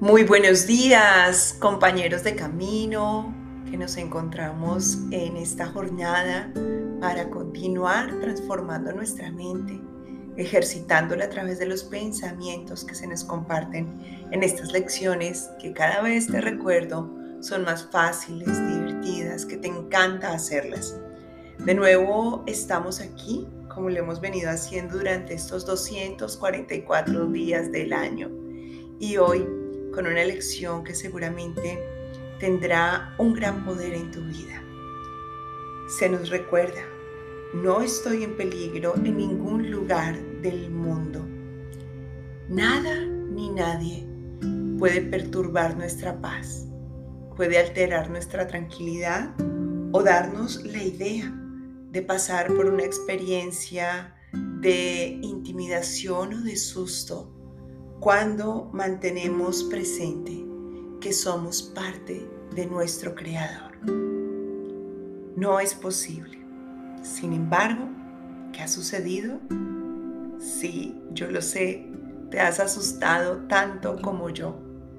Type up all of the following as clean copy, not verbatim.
Muy buenos días, compañeros de camino, que nos encontramos en esta jornada para continuar transformando nuestra mente, ejercitándola a través de los pensamientos que se nos comparten en estas lecciones que cada vez te recuerdo son más fáciles, divertidas, que te encanta hacerlas. De nuevo estamos aquí, como lo hemos venido haciendo durante estos 244 días del año. Y hoy con una lección que seguramente tendrá un gran poder en tu vida. Se nos recuerda, no estoy en peligro en ningún lugar del mundo. Nada ni nadie puede perturbar nuestra paz, puede alterar nuestra tranquilidad o darnos la idea de pasar por una experiencia de intimidación o de susto cuando mantenemos presente que somos parte de nuestro Creador. No es posible. Sin embargo, ¿qué ha sucedido? Sí, yo lo sé, te has asustado tanto como yo.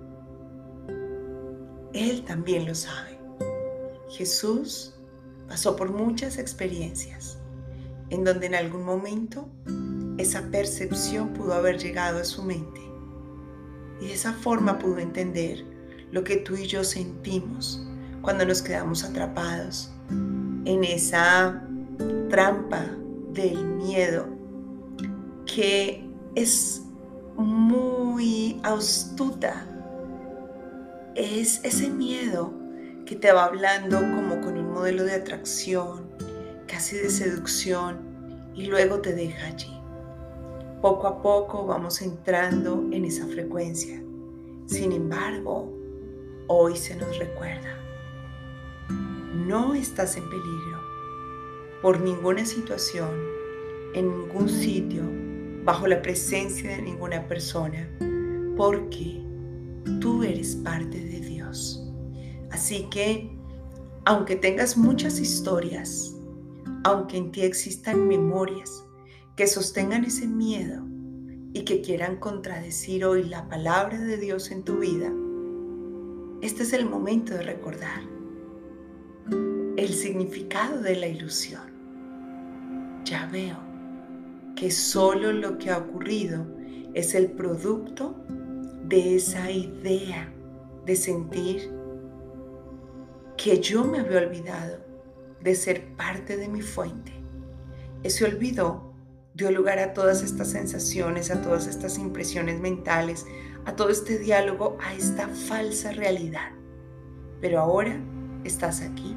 Él también lo sabe. Jesús pasó por muchas experiencias en donde en algún momento esa percepción pudo haber llegado a su mente. Y de esa forma pudo entender lo que tú y yo sentimos cuando nos quedamos atrapados en esa trampa del miedo que es muy astuta. Es ese miedo que te va hablando como con un modelo de atracción, casi de seducción, y luego te deja allí. Poco a poco vamos entrando en esa frecuencia. Sin embargo, hoy se nos recuerda, no estás en peligro por ninguna situación, en ningún sitio, bajo la presencia de ninguna persona, porque tú eres parte de Dios. Así que, aunque tengas muchas historias, aunque en ti existan memorias que sostengan ese miedo y que quieran contradecir hoy la palabra de Dios en tu vida, este es el momento de recordar el significado de la ilusión. Ya veo que solo lo que ha ocurrido es el producto de esa idea de sentir que yo me había olvidado de ser parte de mi fuente. Ese olvido dio lugar a todas estas sensaciones, a todas estas impresiones mentales, a todo este diálogo, a esta falsa realidad. Pero ahora estás aquí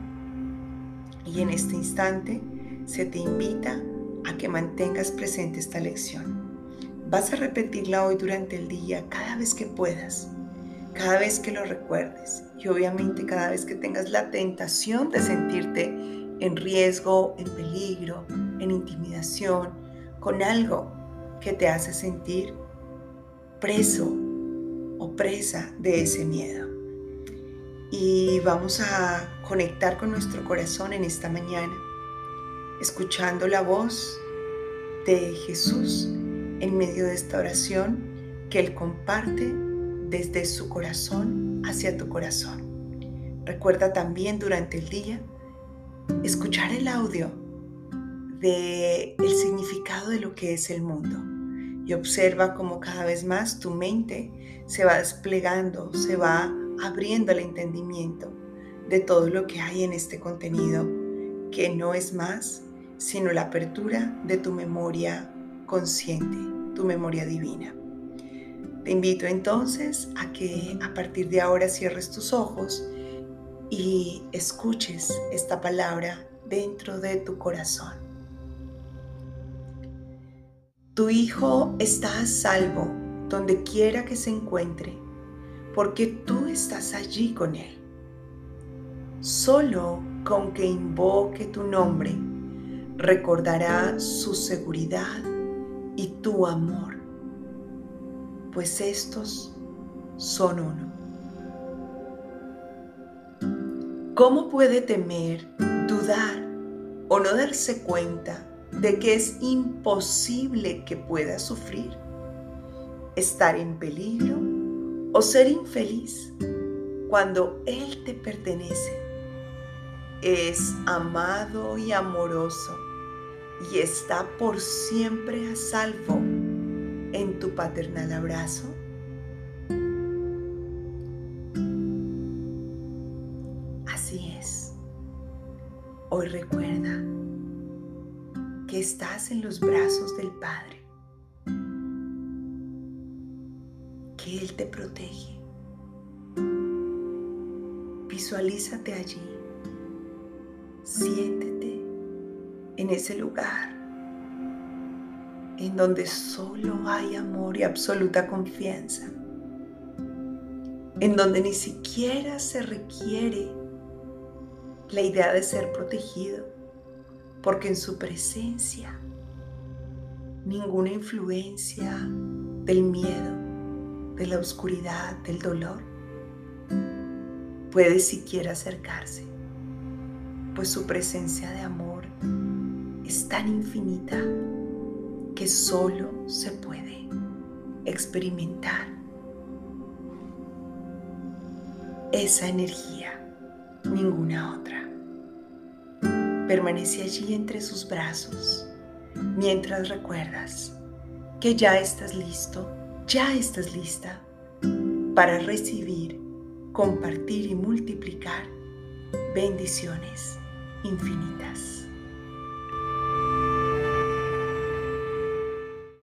y en este instante se te invita a que mantengas presente esta lección. Vas a repetirla hoy durante el día cada vez que puedas, cada vez que lo recuerdes y obviamente cada vez que tengas la tentación de sentirte en riesgo, en peligro, en intimidación, con algo que te hace sentir preso o presa de ese miedo. Y vamos a conectar con nuestro corazón en esta mañana, escuchando la voz de Jesús en medio de esta oración que Él comparte desde su corazón hacia tu corazón. Recuerda también durante el día escuchar el audio del significado de lo que es el mundo y observa cómo cada vez más tu mente se va desplegando, se va abriendo al entendimiento de todo lo que hay en este contenido, que no es más sino la apertura de tu memoria consciente, tu memoria divina. Te invito entonces a que a partir de ahora cierres tus ojos y escuches esta palabra dentro de tu corazón. Tu hijo está a salvo donde quiera que se encuentre, porque tú estás allí con él. Solo con que invoque tu nombre, recordará su seguridad y tu amor, pues estos son uno. ¿Cómo puede temer, dudar o no darse cuenta de que es imposible que pueda sufrir, estar en peligro o ser infeliz cuando Él te pertenece. Es amado y amoroso y está por siempre a salvo en tu paternal abrazo. Así es. Hoy recuerda que estás en los brazos del Padre, que Él te protege. Visualízate allí, siéntete en ese lugar en donde solo hay amor y absoluta confianza, en donde ni siquiera se requiere la idea de ser protegido, porque en su presencia ninguna influencia del miedo, de la oscuridad, del dolor puede siquiera acercarse, pues su presencia de amor es tan infinita que solo se puede experimentar esa energía, ninguna otra. Permanece allí entre sus brazos mientras recuerdas que ya estás listo, ya estás lista para recibir, compartir y multiplicar bendiciones infinitas.